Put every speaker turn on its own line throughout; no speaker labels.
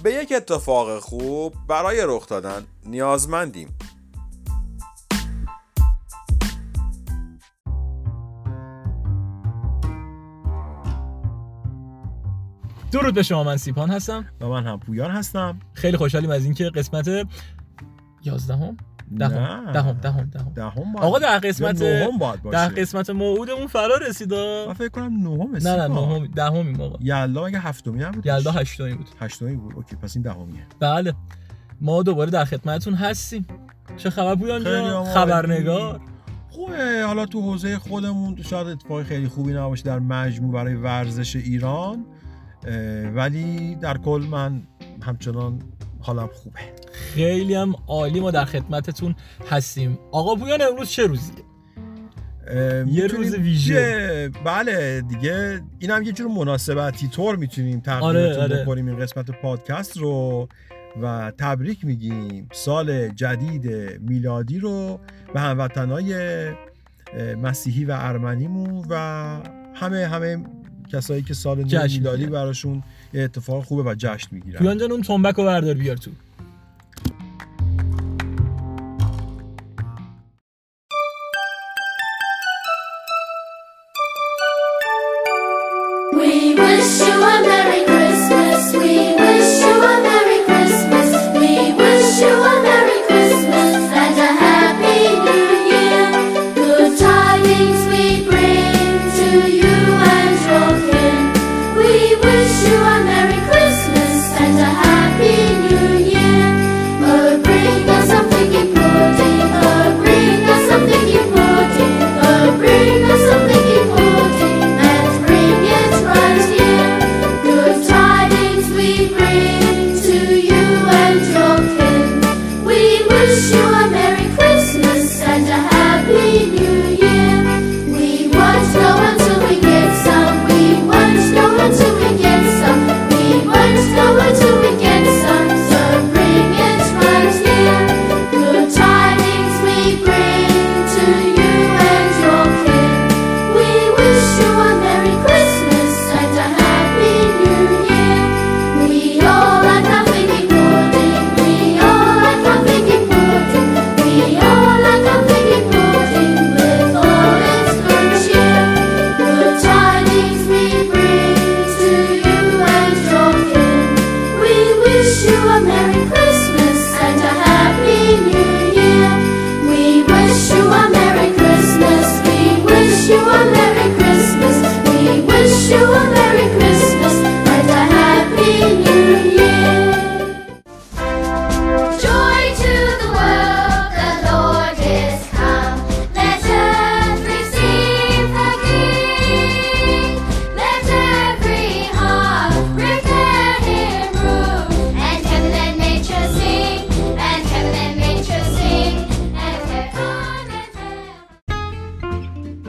به یک اتفاق خوب برای رخ دادن نیازمندیم.
درود به شما، من سیپان هستم
و من هم پویان هستم.
خیلی خوشحالیم از اینکه قسمت 11 دهم
آقا
در قسمت موعودمون فرا رسید.
من فکر کنم نهم.
نه دهمیم آقا.
یلدا مگه هفتمی نبود؟
یلدا هشتمی بود.
اوکی، پس این دهمیه.
بله، ما دوباره در خدمتتون هستیم. چه خبر پویان جان؟ خبرنگار
خوبه. حالا تو حوزه خودمون شاید اتفاقی خیلی خوبی نباشه در مجموع برای ورزش ایران، ولی در کل من همچنان حالم خوبه.
خیلی هم عالی، ما در خدمتتون هستیم. آقا پویان امروز چه روزیه؟ یه روز ویژه.
بله دیگه، اینم یه جور مناسبتی طور میتونیم تقدیمتون بکنیم این قسمت پادکست رو و تبریک میگیم سال جدید میلادی رو به هموطنای مسیحی و ارمنیمون و همه کسایی که سال نو میلادی براشون یه اتفاق خوبه و جشن میگیرن.
پویان جان اون تنبک رو بردار بیار تو.
We wish you a Merry Christmas. We wish you a Merry Christmas. We wish you a Merry Christmas and a Happy New Year. Good tidings we bring to you and your kin. We wish you a Merry Christmas and a Happy New Year. Oh, bring us some figgy pudding. Oh, bring us some figgy pudding. Oh, bring us some figgy pudding and bring it right here. Good tidings we bring to you and your kin. We wish you a Merry Christmas and a Happy New Year. We won't know until we get some. We won't know until we get some. We won't know until we get some. So bring it right here. Good tidings we bring to you and your kin. We wish you a Merry Christmas and a Happy New Year. We all like our figgy pudding. We all like our figgy pudding. We all like our figgy pudding with all its good cheer. Good tidings we bring to you and your kin. We wish you a Merry Christmas and a Happy New Year. We wish you a Merry Christmas. We wish you a Merry Christmas. We wish you a Merry Christmas and a Happy New Year. Joy to the world, the Lord is come. Let earth receive her King. Let every heart prepare Him room. And heaven and nature sing. And heaven and nature sing. And heaven and heaven.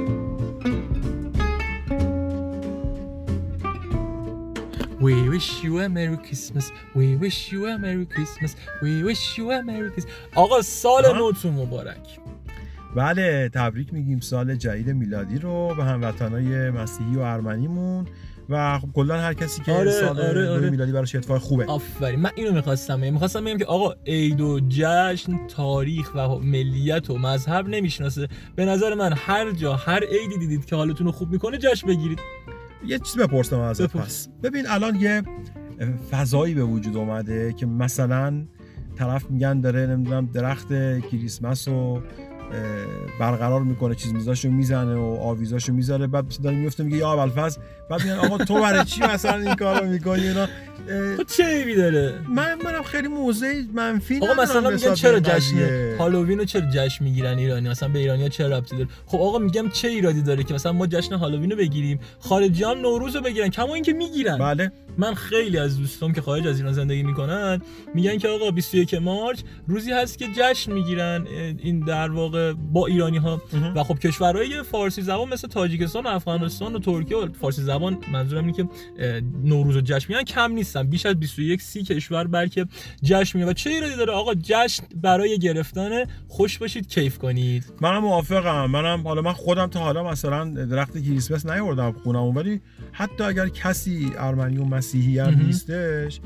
We wish you a Merry Christmas. We wish you a Merry Christmas. We wish you a Merry Christmas. آقا سال نوتون مبارک.
بله، تبریک میگیم سال جدید میلادی رو به هموطنای مسیحی و ارمنیمون و خب کلا هر کسی که سال نو میلادی براش اتفاق خوبه.
آفرین. من اینو میخواستم بگم که آقا عید و جشن تاریخ و ملیت و مذهب نمیشناسه. به نظر من هر جا هر عیدی دیدید که حالتون رو خوب میکنه جشن بگیرید.
یه چیز بپرسم ازت پس. ببین الان یه فضایی به وجود اومده که مثلا طرف میگن داره نمیدونم درخت کریسمس رو برقرار میکنه، چیز میزاشو میزنه و آویزاشو میذاره، بعد داره میفته میگه یا ابوالفضل، بعد میگن آقا تو برای چی مثلا این کارو میکنی؟ اینا
تو چه عیبی داره؟
منم خیلی موضع منفی ندارم.
آقا مثلا میگن چرا جشن هالووین رو چرا جشن میگیرن ایرانی؟ مثلا به ایرانی‌ها چه ربطی داره؟ خب آقا میگم چه ایرادی داره که مثلا ما جشن هالووین رو بگیریم، خارجی‌ها هم نوروز رو بگیرن، کما اینکه میگیرن.
بله،
من خیلی از دوستام که خارج از ایران زندگی میکنن میگن که آقا 21 مارس روزی هست که جشن میگیرن این در واقع با ایرانی‌ها و خب کشورهای فارسی زبان مثل تاجیکستان و افغانستان و ترکیه و فارسی زبان منظورم اینه که نوروز رو جشن میگیرن کم نیستن، بیش از 21-30 کشور بلکه جشن میگیرن. و چه ایرادی داره آقا؟ جشن برای گرفتن، خوش باشید، کیف کنید.
منم موافقم. حالا من خودم تا حالا مثلا درخت کریسمس نیاوردم خونم، ولی حتی اگر کسی ارمنی و مسیحی هم نیستش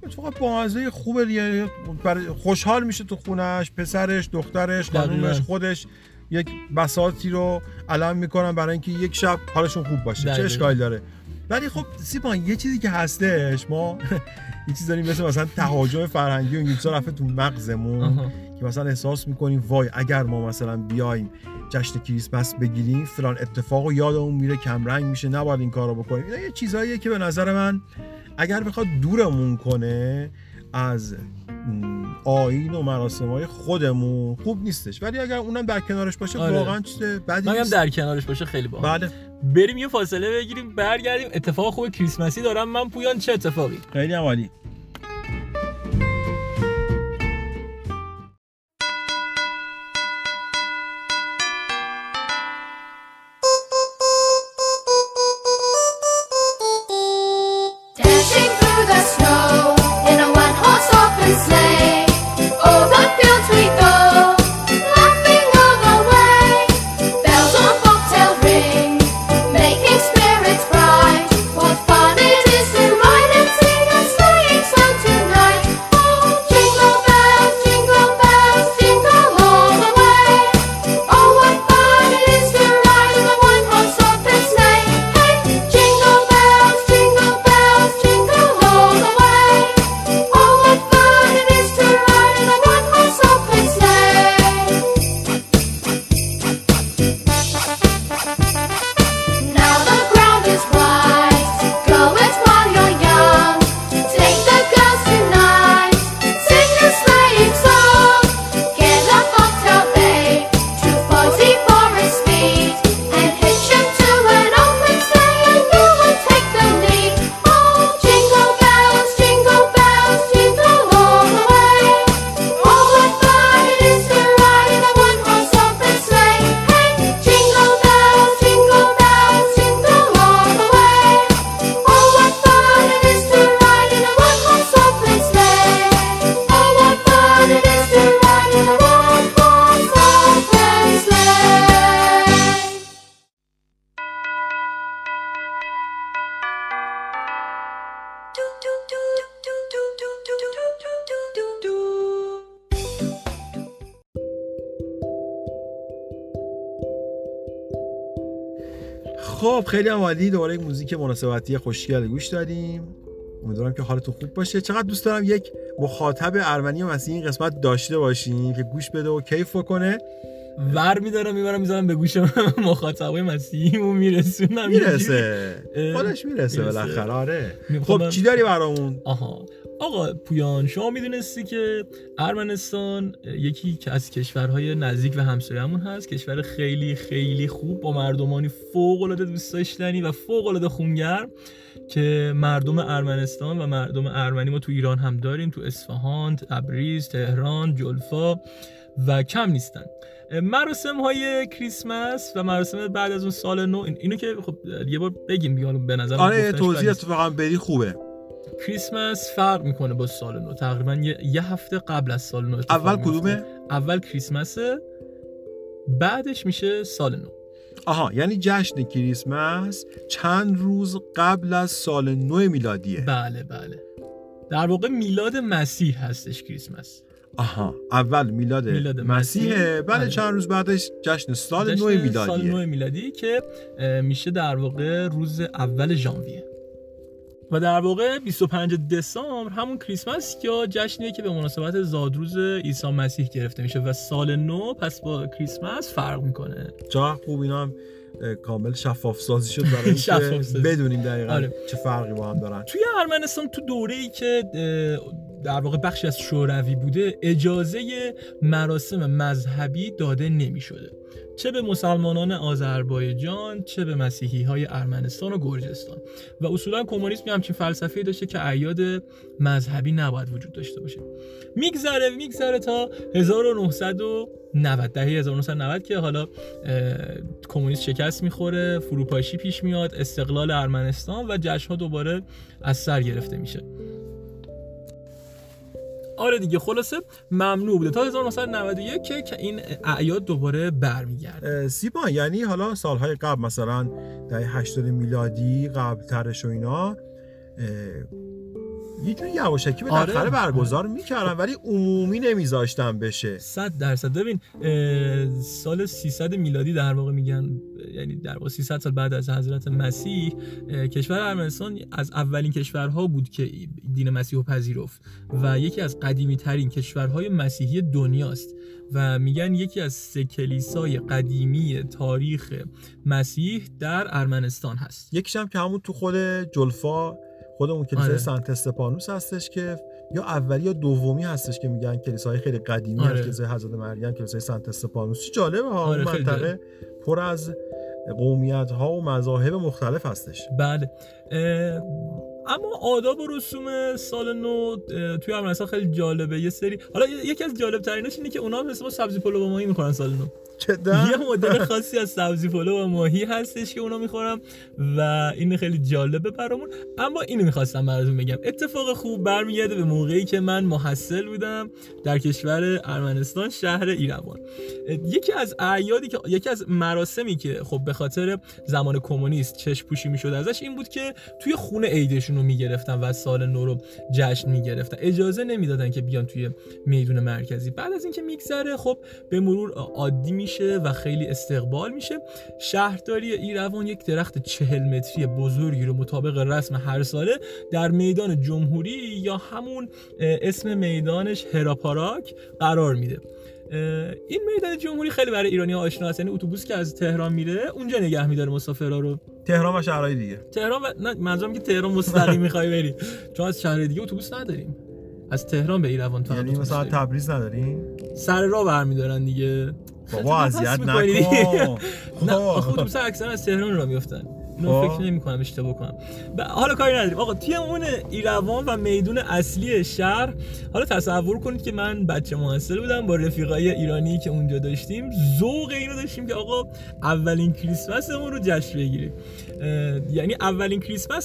اتفاقا بامزه خوبه دیگه، خوشحال میشه تو خونش، پسرش، دخترش، خانومش، خودش یک بساطی رو علم میکنن برای اینکه یک شب حالشون خوب باشه. چه اشکالی داره؟ ولی خب سیپان یه چیزی که هستش، ما یه چیز داریم مثلا تهاجم فرهنگی و انگلیسی رفته تو مغزمون که مثلا احساس میکنیم وای اگر ما مثلا بیایم جشن کریسمس بگیریم فلان اتفاقو یادمون میره، کم رنگ میشه، نباید این کارو بکنیم. اینا یه چیزاییه که به نظر من اگر بخواد دورمون کنه از آیین و مراسم‌های خودمون خوب نیستش، ولی اگر اونم در کنارش باشه واقعا چیز بدی نیست.
در کنارش باشه خیلی باحال.
بله.
بریم یه فاصله بگیریم برگردیم. اتفاق خوب کریسمسی دارم من پویان. چه اتفاقی؟
خیلی عالی. خب خیلی عالی. دوباره یک موزیک مناسبتی خوشگل گوش دادیم. امیدوارم که حالتون خوب باشه. چقدر دوست دارم یک مخاطب ارمنی و مسیحی این قسمت داشته باشیم که گوش بده و کیف کنه.
ور میدارم میذارم به گوش مخاطبای مسیحیمون میرسونم.
میرسه خودش میرسه بالاخره. آره. خب چی داری برامون؟
آقا پویان، شما میدونستی که ارمنستان یکی از کشورهای نزدیک و همسایه‌مون هست، کشور خیلی خیلی خوب با مردمانی فوق‌العاده دوست داشتنی و فوق‌العاده خونگرم که مردم ارمنستان و مردم ارمنی ما تو ایران هم داریم، تو اصفهان، تبریز، تهران، جلفا و کم نیستن. مراسم های کریسمس و مراسم بعد از اون سال نو، اینو که خب یه بار بگیم بیان به نظر.
آره توضیح اتفاقا بری خوبه.
کریسمس فرق میکنه با سال نو، تقریبا یه هفته قبل از سال نو.
اول کدومه؟
اول کریسمسه، بعدش میشه سال نو.
آها، یعنی جشن کریسمس چند روز قبل از سال نو میلادیه.
بله بله، در واقع میلاد مسیح هستش کریسمس.
آها، اول میلاد مسیحه، بعد چند روز بعدش جشن سال نو میلادیه.
سال نو میلادی که میشه در واقع روز اول ژانویه. و در واقع 25 دسامبر همون کریسمس یا جشنیه که به مناسبت زادروز عیسی مسیح گرفته میشه و سال نو پس با کریسمس فرق میکنه.
چقدر خوب اینا هم کامل شفاف سازی شد برای اینکه بدونیم دقیقاً چه فرقی با هم دارن.
توی ارمنستان تو دوره‌ای که در واقع بخشی از شوروی بوده اجازه مراسم مذهبی داده نمی‌شده، چه به مسلمانان آذربایجان چه به مسیحی‌های ارمنستان و گرجستان. و اصولا کمونیسم همچین فلسفه‌ای داشته که اعیاد مذهبی نباید وجود داشته باشه. میگذره تا 1990، دهه 1990 که حالا کمونیسم شکست میخوره، فروپاشی پیش میاد، استقلال ارمنستان و جشن‌ها دوباره از سر گرفته میشه. آره دیگه، خلاصه ممنوع بوده تا 1991 که این اعیاد دوباره برمیگرده.
سیبا یعنی حالا سالهای قبل مثلا دهه 80 میلادی قبل ترش و اینا یه جوری یواشکی بالاخره برگزار میکردن ولی عمومی نمیذاشتن بشه.
100%. ببین سال 300 میلادی در واقع میگن، یعنی در واقع 300 سال بعد از حضرت مسیح، کشور ارمنستان از اولین کشورها بود که دین مسیح رو پذیرفت و یکی از قدیمی ترین کشورهای مسیحی دنیاست و میگن یکی از 3 کلیسای قدیمی تاریخ مسیح در ارمنستان هست.
یکیش هم که همون تو خود جلفا خودمون کلیسای سنت استپانوس هستش که یا اولی یا دومی هستش که میگن کلیسای خیلی قدیمی هست، کلیسای حضرت مریم، کلیسای سنت استپانوس. جالبه ها، اون منطقه پر از قومیت ها و مذاهب مختلف هستش.
بله. اما آداب و رسوم سال نو توی ارمنستان خیلی جالبه. یه سری، حالا یکی از جالب تریناش اینه که اونا مثلا سبزی پلو با ماهی میخورن سال نو. یه مدل خاصی از سبزی پلو و ماهی هستش که اونا میخورن و این خیلی جالبه برامون. اما اینو میخواستم براتون بگم، اتفاق خوب برمیگرده به موقعی که من محصل بودم در کشور ارمنستان، شهر ایروان. یکی از اعیادی که یکی از مراسمی که خب به خاطر زمان کمونیست چشم پوشی میشد ازش این بود که توی خونه عیدشون رو میگرفتن و سال نو رو جشن میگرفتن، اجازه نمیدادن که بیان توی میدون مرکزی. بعد از اینکه میگذره خب به مرور عادی میشه و خیلی استقبال میشه. شهرداری ایروان یک درخت 40 متری بزرگی رو مطابق رسم هر ساله در میدان جمهوری یا همون اسم میدانش هراپاراک قرار میده. این میدان جمهوری خیلی برای ایرانی‌ها آشنا است، یعنی اتوبوس که از تهران میره اونجا نگه میداره مسافرا رو.
تهران و شهرهای دیگه.
تهران نه منظورم که تهران مستقیم میخوای بری، چون از شهرهای دیگه اتوبوس نداریم. از تهران به ایروان تا
یعنی مثلا تبریز نداریم؟
سر راه برمیدارن دیگه.
بابا اذیت نکن.
نه آخه اتوبوس اکثرا از تهران راه میافتن. اینو فکر نمی‌کنم اشتباه کنم. حالا کاری نداریم. آقا توی اون ایروان و میدون اصلی شهر، حالا تصور کنید که من بچه محصل بودم با رفیقای ایرانی که اونجا داشتیم، ذوق اینو داشتیم که آقا اولین کریسمسمون رو جشن بگیریم. یعنی اولین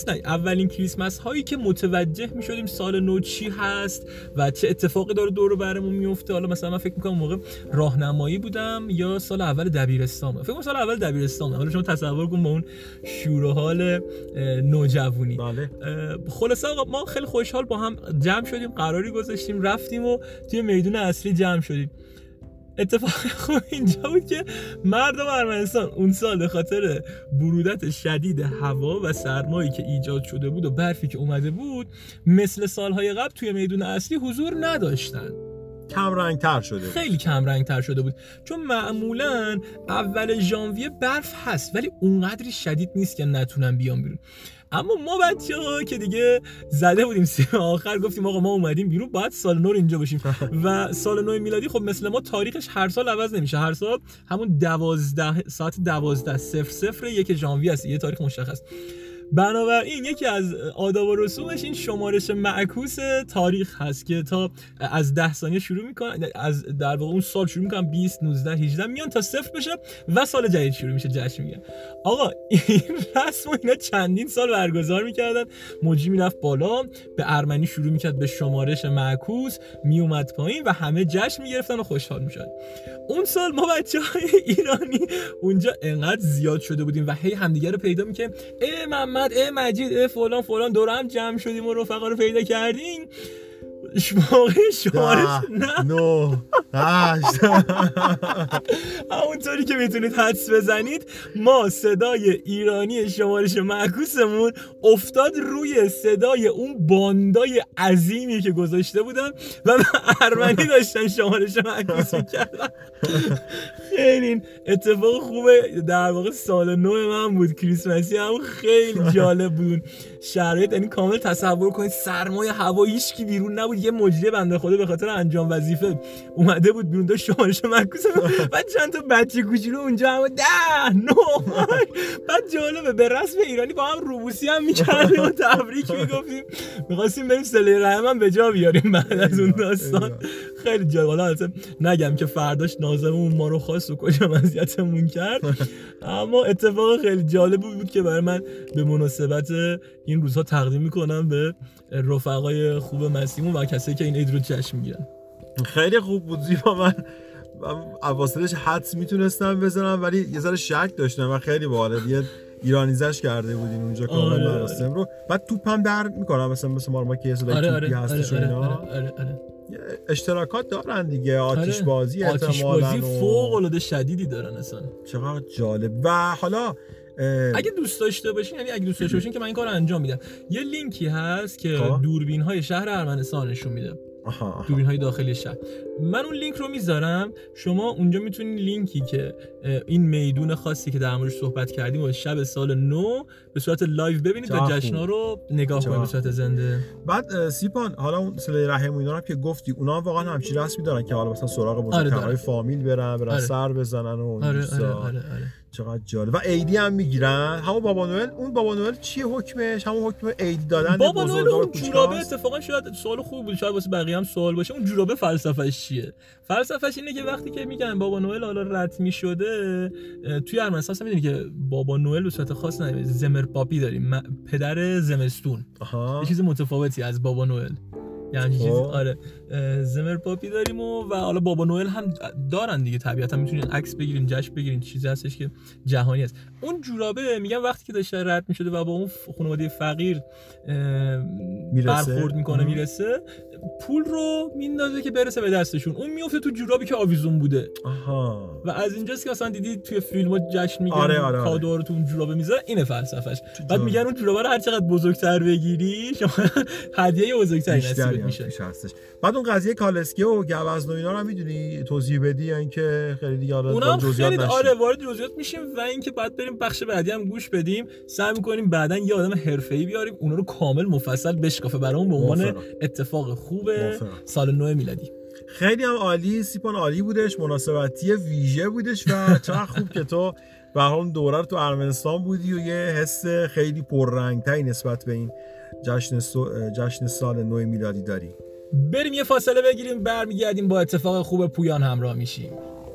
کریسمس هایی که متوجه می‌شدیم سال نو چی هست و چه اتفاقی داره دور و برمون میفته. حالا مثلا من فکر می‌کنم موقع راهنمایی بودم یا سال اول دبیرستان. فکر کنم سال اول دبیرستان. حالا شما تصور کن با اون شور و حال نوجوانی.
بله.
خلاصه آقا ما خیلی خوشحال با هم جمع شدیم، قراری گذاشتیم، رفتیم و توی میدون اصلی جمع شدیم. اتفاق خوب اینجا بود که مردم ارمنستان اون سال به خاطر برودت شدید هوا و سرمایی که ایجاد شده بود و برفی که اومده بود، مثل سالهای قبل توی میدون اصلی حضور نداشتن.
کم رنگ‌تر شده بود.
خیلی کم رنگ‌تر شده بود، چون معمولاً اول ژانویه برف هست ولی اونقدری شدید نیست که نتونن بیان بیرون. اما ما بچه‌ها که دیگه زده بودیم سیم آخر، گفتیم آقا ما اومدیم بیرون باید سال نو اینجا باشیم و سال نو میلادی خب مثل ما تاریخش هر سال عوض نمیشه، هر سال همون 12 ساعت 12:00 1 ژانویه است، یه تاریخ مشخص. بنابراین یکی از آداب و رسومش این شمارش معکوس تاریخ هست که تا از 10 ثانیه شروع میکنن، از در واقع اون سال شروع میکنن 20 19 18 میان تا 0 بشه و سال جدید شروع میشه، جشن میگن. آقا این رسم و اینا چندین سال برگزار میکردن، موجی میرفت بالا به ارمنی شروع میکرد به شمارش معکوس، میومد پایین و همه جشن میگرفتن و خوشحال میشدن. اون سال ما بچهای ایرانی اونجا انقدر زیاد شده بودیم و هی همدیگه رو پیدا میکنیم، ای محمد، ای مجید، ای فلان دور هم جمع شدیم و رفقا رو پیدا کردیم. شمارش
9 8
همونطوری که میتونید حدس بزنید ما صدای ایرانی شمارش معکوسمون افتاد روی صدای اون باندای عظیمی که گذاشته بودن و ارمنی داشتن شمارش معکوس میکردن. خیلی اتفاق خوبه، در واقع سال نو من بود، کریسمسی هم خیلی جالب بود. شرایط یعنی کامل تصور کنید، سرمای هوا، هیچ کی بیرون نبود، یه مجری بنده خدا به خاطر انجام وظیفه اومده بود بیرون، داشت شمارش معکوس بعد چند تا بچه کوچولو اونجا هم 10 9 بعد جالبه به رسم ایرانی با هم روبوسی هم می‌کردیم و تبریک میگفتیم، می‌خواستیم بریم صله رحم هم به جا بیاریم بعد از اون داستان. خیلی جالب. حالا نگم که فرداش ناظمون ما رو خواست و کجا اذیتمون کرد، اما اتفاق خیلی جالب بود که برای من به مناسبت این روزها تقدیم میکنم به رفقای خوب مسیمون و کسایی که این عید رو جشن میگیرن.
خیلی خوب بود زیبا. من واسطش حدس میتونستم بزنم ولی یه ذره شک داشتم و خیلی باحاله دیگه. ایرانیزش کرده بودین اونجا کامل مراسم رو. بعد توپم در میکنم مثلا ما که یه صدای توپی هستش اینا. اشتراکات دارن دیگه، آتش بازی احتمالاً
فوق العاده شدیدی دارن اصلا.
چقدر جالب. و حالا
اگه دوست داشته باشین، یعنی اگه دوست داشته باشین که من این کارو انجام میدم، یه لینکی هست که دوربین‌های شهر ارمنستان نشون میده. دوربین‌های داخلی شهر. من اون لینک رو میذارم، شما اونجا میتونین لینکی که این میدون خاصی که در موردش صحبت کردیم و شب سال نو به صورت لایو ببینید و جشن‌ها رو نگاه کنید به صورت زنده.
بعد سیپان حالا اون صله رحم و اینا رو که گفتی، اونا واقعا همچین رسمی دارن که حالا مثلا سراغ بزرگترهای فامیل برن سر بزنن و چقدر جالب. و عیدی هم میگیرن. همون بابا نوئل، اون بابا نوئل چیه حکمش؟ همون حکم عیدی دادن
بابا نوئل اون جورابه. اتفاقا شاید سوال خوب بود، شاید واسه بقیه هم سوال باشه. اون جورابه فلسفه‌اش چیه؟ فلسفه‌اش اینه که وقتی که میگن بابا نوئل حالا رسمی شده، توی ارمنستان میدونی که بابا نوئل به صورت خاص نمیاد. زمر پاپی داریم، پدر زمستون. یه چیز متفاوتی از بابا نوئل. یعنی چیز زمر پاپی داریم و حالا بابا نوئل هم دارن دیگه. طبیعتا میتونین عکس بگیرین، جشن بگیرین، چیزی هستش که جهانی است. اون جورابه میگم وقتی که داشته رد میشده و با اون خانواده فقیر برخورد میکنه میرسه، پول رو میندازه که برسه به دستشون، اون میفته تو جورابی که آویزون بوده. و از اینجاست که مثلا دیدی توی فیلم‌ها جشن میگیرن کادو رو تو اون جورابه میذارن. اینه فلسفه‌اش. بعد میگن اون جورابه رو هر چقدر بزرگتر بگیری شما هدیه بزرگتری نصیبت میشه.
بعد اون قضیه کالسکه و گوزن و اینا رو میدونی توضیح بدی یا اینکه خیلی دیگه حالا جزئیات نشیم؟
وارد جزئیات میشیم و اینکه بعد بریم بخش بعدی هم گوش بدیم، سعی می‌کنیم بعداً یه آدم حرفه‌ای بیاریم اونا رو کامل مفصل بشکافه برامون به عنوان اتفاق خوب سال نو میلادی.
خیلی هم عالی سیپان، عالی بودش، مناسبتی ویژه بودش و چقدر خوب که تو به هر حال دوره رو تو ارمنستان بودی و یه حس خیلی پررنگ‌تری نسبت به این جشن سال نو میلادی داری.
بریم یه فاصله بگیریم، برمیگردیم با اتفاق خوب پویان همراه میشیم.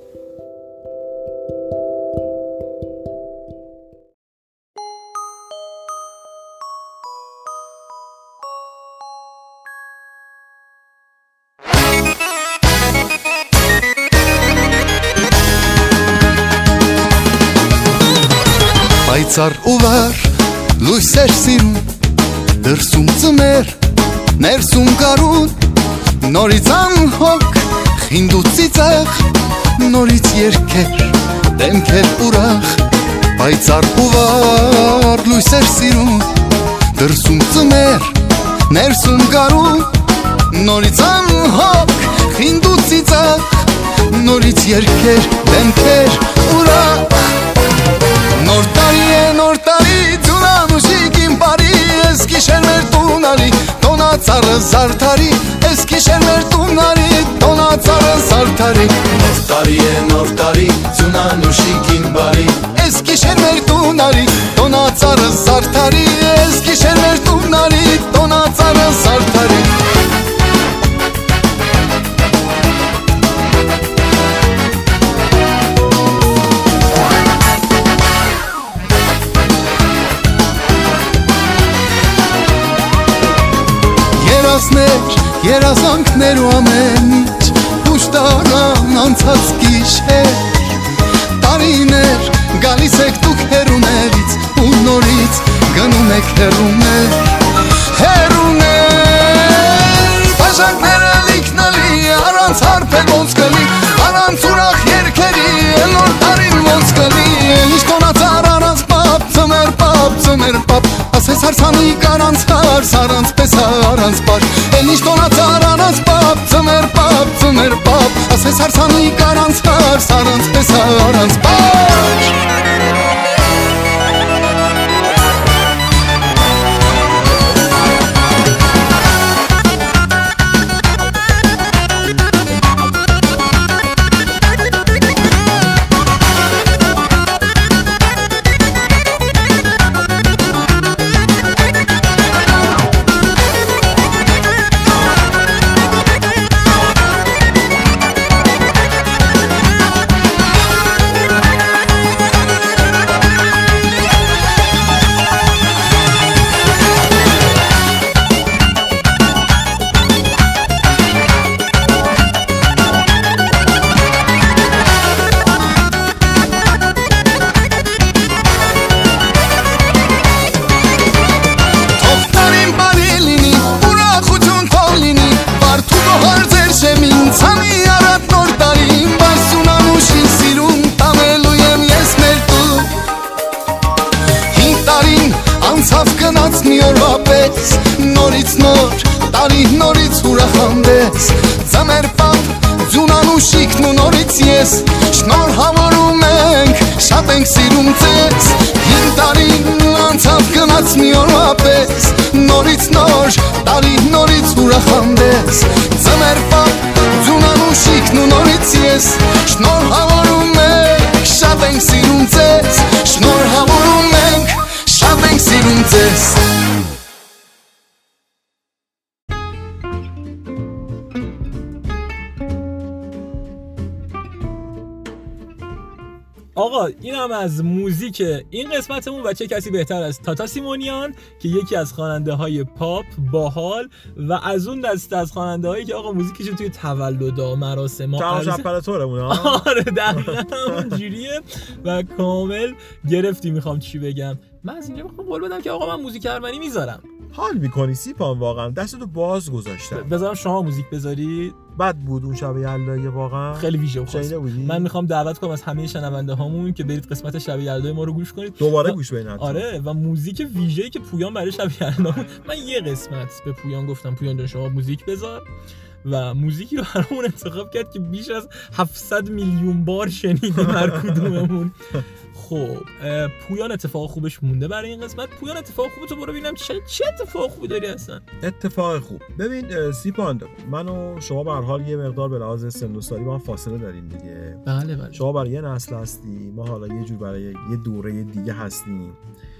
Պայծառ ու վար լույսեր սիրուն դրսում ծմեր ներսում գարուն նորից անհոգ խինդու ծիծաղ նորից երգեր դեմքեր ուրախ պայծառ ու վար լույսեր սիրուն դրսում ծմեր ներսում գարուն նորից անհոգ խինդու ծիծաղ նորից երգեր դեմքեր ուրախ Նոր տարի ձունանուշիկ իմ բարի Ես գիշեր մեր տունարի տոնացարը զարդարի Ես գիշեր մեր տունարի տոնացարը զարդարի Նոր տարի ձունանուշիկ իմ բարի Ես գիշեր մեր տունարի տոնացարը զարդարի Ես գիշեր մեր տունարի տոնացարը զարդարի Երազանքներ ու ամեն ինչ Ուշտարան անցած գիշեր Տարիներ գալիս եք դուք հերուներից Ու նորից գնում եք հերուներ Հերուներ Բաժակները լիքնալի Առանց հարպել ոնց կլի Առանց ուրախ երկերի Նոր տարին ոնց կլի Ինչ տոնացար առանց պապ Ծմեր պապ Ասես հարսանի կարանց հարս Առանց պես առանց պար Ինչ տոնացար առանց պապ Ծմեր պապ Ասես հարսանի կարանց հարս Առանց պես առանց պար միորվապես նորից նոր տարի նորից ուրախանվեց Ձմեռվան ձյունանուշիկն ու նորից ես շնորհավորում ենք շատ ենք սիրում ձեզ Հին տարին անցավ գնաց միորվապես նորից նոր տարի նորից ուրախանվեց Ձմեռվան ձյունանուշիկն ու նորից ես շնորհավորում ենք շատ ենք սիրում ձեզ շնորհավորում ենք շատ ենք սիրում ձեզ
آقا این هم از موزیک این قسمتمون و چه کسی بهتر از تاتا سیمونیان که یکی از خواننده های پاپ باحال و از اون دسته از خواننده هایی که آقا موزیکشون توی تولدها مراسم آره دقیقاً اونجوریه و کامل گرفتی. میخوام چی بگم من از اینجا میخوام قول بدم که آقا من موزیک ارمنی میذارم.
حال میکنی سیپان واقعا دستتو باز گذاشتم.
بذارم شما موزیک بذاری.
بد بود اون شب یلدایی واقعا
خیلی ویژه بود. من میخوام دعوت کنم از همه شنونده هامون که برید قسمت شب یلدای ما رو گوش کنید
دوباره گوش بدین.
آره و موزیک ویژه‌ای که پویان برای شب یلدا من یه قسمت به پویان گفتم پویان جان شما موزیک بذار و موزیکی رو برامون انتخاب کرد که بیش از 700 میلیون بار شنیدیم هر کدوممون. خب پویان اتفاق خوبش مونده برای این قسمت. پویان اتفاق خوبه تو برو ببینم چه اتفاق خوبی داری اصلا.
اتفاق خوب ببین سیپاند من و شما به هر حال یه مقدار به لحاظ سن و سالی با هم فاصله داریم دیگه.
بله
شما برای یه نسل هستی ما حالا یه جور برای یه دوره دیگه هستیم.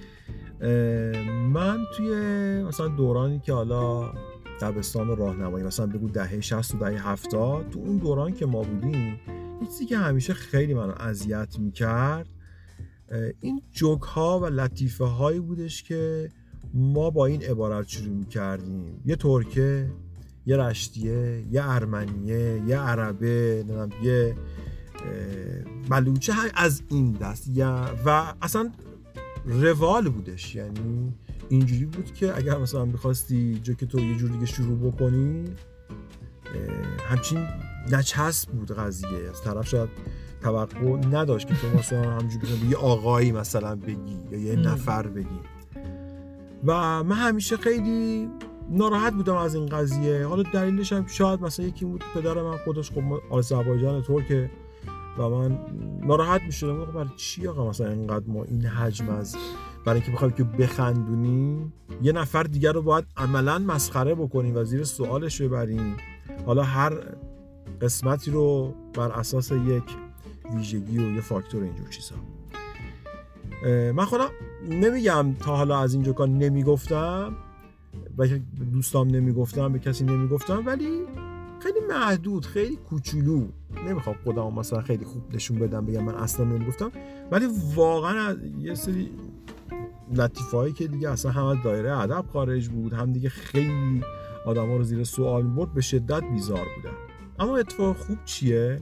من توی مثلا دورانی که حالا دبستان و راهنمایی مثلا بگو دهه 60 و دهه 70 تو اون دوران که ما بودیم یه چیزی که همیشه خیلی منو اذیت میکرد این جوک ها و لطیفه هایی بودش که ما با این عبارت شروع میکردیم یه ترکه یه رشتیه یه ارمنیه یه عربه یه بلوچه از این دست و اصلا روال بودش. یعنی اینجوری بود که اگر مثلا می‌خواستی جوک تو یه جور دیگه شروع بکنی همچین نچسب بود قضیه. از طرف شاید توقع نداشت که تو مثلا همینجوری به یه آقایی مثلا بگی یا یه نفر بگی و من همیشه خیلی ناراحت بودم از این قضیه. حالا دلیلش هم شاید مثلا یکی بود پدر من خودش خب آذربایجان ترکه و من ناراحت می‌شدم برای چی آقا مثلا اینقدر ما این حجم از برای اینکه بخوایم که بخندونیم یه نفر دیگر رو باید عملاً مسخره بکنیم و زیر سوالش ببریم. حالا هر قسمتی رو بر اساس یک ویژگی و یه فاکتور اینجور چیزا. من خودم نمیگم تا حالا از این جوکا نمیگفتم و دوستام نمیگفتم به کسی نمیگفتم ولی خیلی محدود خیلی کوچولو. نمیخوام خودم مثلا خیلی خوب نشون بدم بگم من اصلا نمیگفتم ولی واقعا یه سری لطیفه‌ای که دیگه اصلا هم از دایره ادب خارج بود هم دیگه خیلی آدما رو زیر سوال می‌برد به شدت بیزار بودن. اما اتفاق خوب چیه؟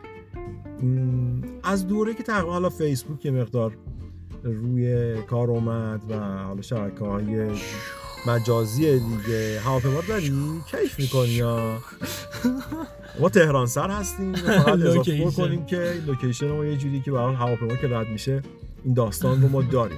از دوره که تقریبا حالا فیسبوک یه مقدار روی کار اومد و حالا شبکه‌های مجازی دیگه هواپیما داری کیف می‌کنی یا ما تهران سر هستیم فقط اضافه بکنیم که لوکیشن ما یه جوری که برای هواپیما که رد میشه این داستان رو ما داریم.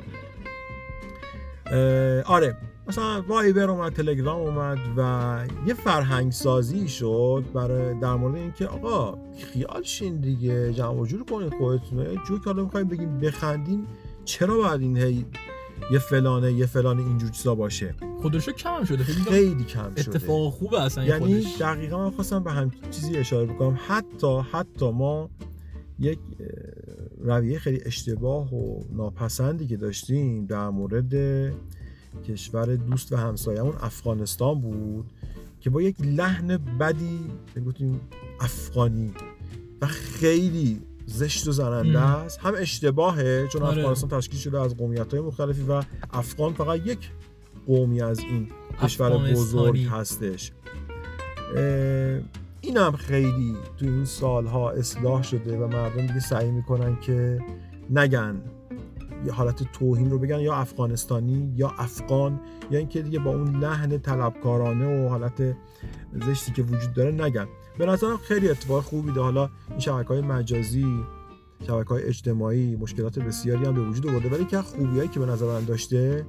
آره مثلا وایبر اومد تلگرام اومد و یه فرهنگ سازی شد برای در مورد اینکه آقا خیال شین دیگه جمع جور کنید خودتون جوک حالا می‌خوایم بگیم بخندین چرا باید این هی یه فلان اینجور چیزا باشه.
خودشو کم هم شده
خیلی کم شده.
اتفاق خوبه اصلا
یعنی
خودش.
دقیقاً من خواستم به هم چیزی اشاره بکنم حتی ما یک رویه خیلی اشتباه و ناپسندی که داشتیم در مورد کشور دوست و همسایه‌مون افغانستان بود که با یک لحن بدی بگویم افغانی و خیلی زشت و زننده است. هم اشتباهه چون افغانستان تشکیل شده از قومیت‌های مختلفی و افغان فقط یک قومی از این کشور بزرگ هستش. این هم خیلی تو این سالها اصلاح شده و مردم دیگه سعی میکنن که نگن یه حالت توهین رو بگن یا افغانستانی یا افغان یا اینکه دیگه با اون لحن طلبکارانه و حالت زشتی که وجود داره نگن. به نظرم خیلی اتفاق خوبی ده. حالا این شبکه‌های مجازی شبکه‌های اجتماعی مشکلات بسیاری هم به وجود آورده ولی که خوبیایی که به نظر من داشته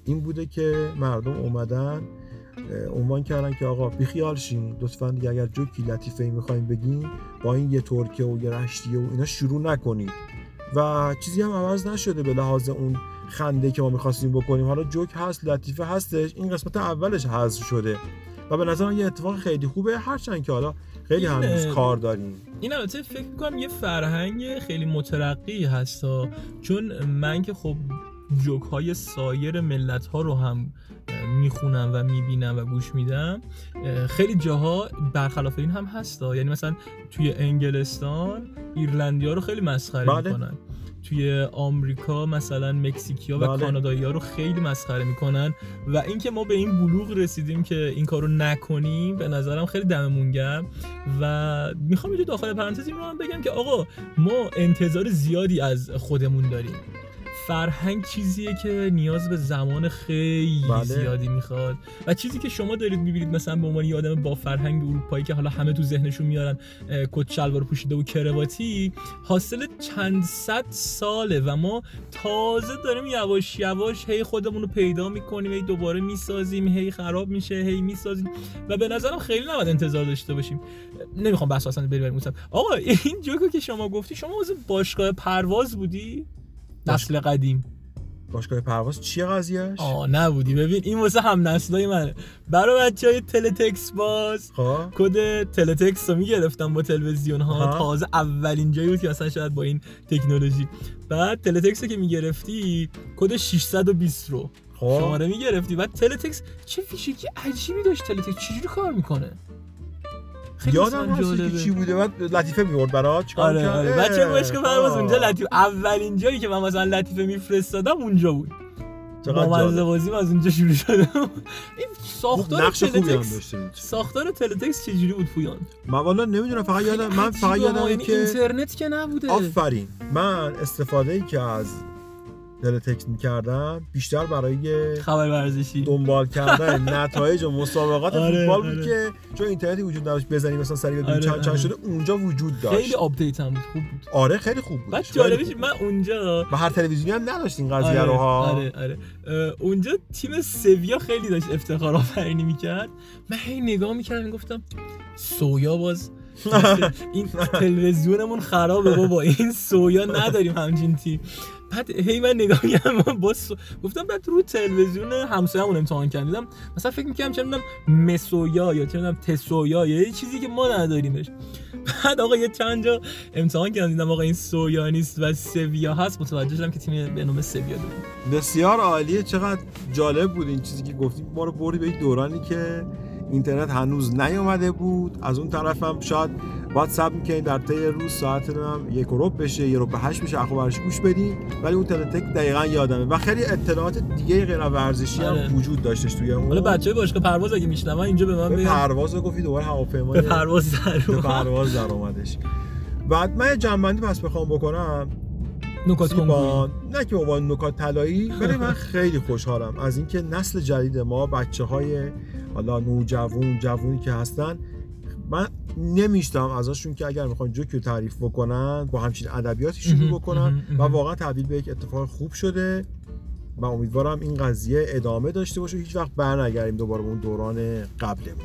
این بوده که مردم اومدن عنوان کردن که آقا بیخیال شین لطفاً دیگه، اگر جوکی لطیفه‌ای می‌خواید بگین با این یه ترکه و یه رشتیه و اینا شروع نکنید. و چیزی هم عوض نشده به لحاظ اون خنده که ما می‌خواستیم بکنیم. حالا جوک هست، لطیفه هستش، این قسمت اولش حذف شده و به نظر من یه اتفاق خیلی خوبه، هرچند که حالا خیلی هنوز کار داریم.
این البته فکر می‌کنم یه فرهنگ خیلی مترقی هستا، چون من که خب جوک‌های سایر ملت‌ها رو هم میخونم و میبینم و گوش میدم، خیلی جاها برخلاف این هم هستا. یعنی مثلا توی انگلستان ایرلندی‌ها رو خیلی مسخره میکنن، توی آمریکا مثلا مکزیکی‌ها و کانادایی‌ها رو خیلی مسخره میکنن و اینکه ما به این بلوغ رسیدیم که این کارو نکنیم به نظرم خیلی دممون گرم. و میخوام اینجا داخل پرانتز این رو هم بگم که آقا ما انتظار زیادی از خودمون داریم. فرهنگ چیزیه که نیاز به زمان خیلی زیادی میخواد و چیزی که شما دارید میبینید مثلا به عنوان یه آدم با فرهنگ اروپایی که حالا همه تو ذهنشون میارن کت شلوار پوشیده و کرواتی، حاصل چند صد ساله و ما تازه داریم یواش یواش هی خودمون رو پیدا میکنیم، هی دوباره میسازیم، هی خراب میشه، هی میسازیم و به نظرم خیلی نباید انتظار داشته باشیم. نمیخوام بحث اصلا بریم. آقا این جوکو که شما گفتی، شما واسه باشگاه پرواز بودی؟ نسل قدیم.
باشگاه پرواز چیه قضیهش؟
نبودی. ببین این واسه هم نسلای منه. برای بچهای تلتکس باز کد تلتکس رو میگرفتم با تلویزیون ها. تازه اولین جایی بود که مثلا شاید با این تکنولوژی، بعد تلتکس رو که میگرفتی کد 620 رو شماره میگرفتی. بعد تلتکس چه فیشکی عجیبی داشت. تلتکس چجوری کار میکنه؟
یادم هست که چی بوده. بعد لطیفه میورد برات چیکار می‌کرد؟
آره. بچه باشگاه پرواز اونجا لطیفه، اولین جایی که من مثلا لطیفه میفرستادم اونجا بود. با مزه‌بازیم از اونجا شروع شده. این ساختار تلتکس، ساختار تلتکس چجوری بود پویان؟
من والا نمیدونم، فقط یادم که
اینترنت که نبوده.
آفرین. من استفاده‌ای که از تلتکس می‌کردم بیشتر برای
خبر ورزشی
دنبال کردن نتایج و مسابقات فوتبال بود که چون اینترنتی وجود نداشت بزنی مثلا سریع ببینیم چند شده، اونجا وجود داشت.
خیلی آپدیت هم بود، خوب بود.
آره خیلی خوب بود.
بعد جالبش من اونجا
و هر تلویزیونی هم نداشت این قضیه رو ها.
آره. اونجا تیم سویا خیلی داشت افتخار آفرینی می‌کرد. من هی نگاه می‌کردم میگفتم سویا باز این تلویزیونمون خرابه بابا، این سویا نداریم همچین تیم. بعد هی من نگاه می‌کردم گفتم بعد رو تلویزیون همسایه‌مون امتحان کردم، مثلا فکر می‌کردم چه می‌دونم مسویا یا چه می‌دونم تسویا یا یه چیزی که ما نداریمش. بعد آقا یه چند جا امتحان کردم دیدم آقا این سویا نیست و سویا هست، متوجه شدم که تیم به نام سویا داره.
بسیار عالیه. چقدر جالب بود این چیزی که گفتیم. ما رو بردی به دورانی که اینترنت هنوز نیومده بود. از اون طرفم شاید باید صبر می‌کنیم در طی روز ساعت هم 1 ربع بشه، 1 ربع 8 بشه اخبارش گوش بدیم، ولی اون تلتک دقیقاً یادمه و خیلی اطلاعات دیگه غیر ورزشی هم وجود داشتش توی اون.
حالا بچه‌های باشگاه پرواز اگه میشنون اینجا به من بگن
پروازو گفتی دوباره هواپیمای پرواز در اومدش. بعد من جنبندی پس بخوام بکنم،
نکات کنم
نه که با نکات طلایی، ولی من خیلی خوشحالم از اینکه نسل جدید ما، بچه‌های حالا نوجوان جوونی که هستن، من نمیشتم ازشون که اگر میخوان جوکی رو تعریف بکنن با همچین ادبیاتی شروع بکنن و واقعا تبدیل به یک اتفاق خوب شده و امیدوارم این قضیه ادامه داشته باشه، هیچ وقت برنگردیم دوباره به اون دوران قبلمون.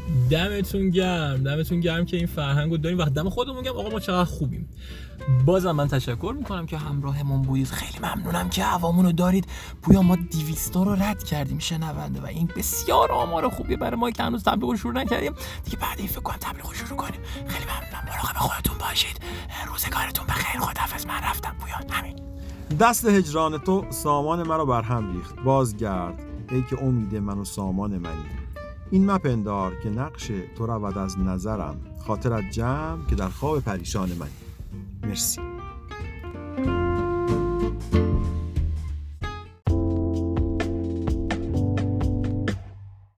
دمتون گرم که این فرهنگو داریم و دم خودمون گرم. آقا ما چقدر خوبیم. بازم من تشکر میکنم که همراهمون بودید. خیلی ممنونم که هوامونو دارید. پویا ما 200 رو رد کردیم شنونده و این بسیار آمار خوبیه برای ما که هنوز تبلیغ شروع نکردیم. دیگه بعد این فکر کنم تبلیغ شروع کنیم. خیلی ممنونم. مراقب خودتون باشید. روزگارتون بخیر. خداحافظ. من رفتم پویا. همین.
دست هجران تو سامان مرا برهم ریخت. بازگرد ای که امید من و سامان منی. این مپندار که نقش تو رود از نظرم، خاطرت جمع که در خواب پریشان منی. مرسی.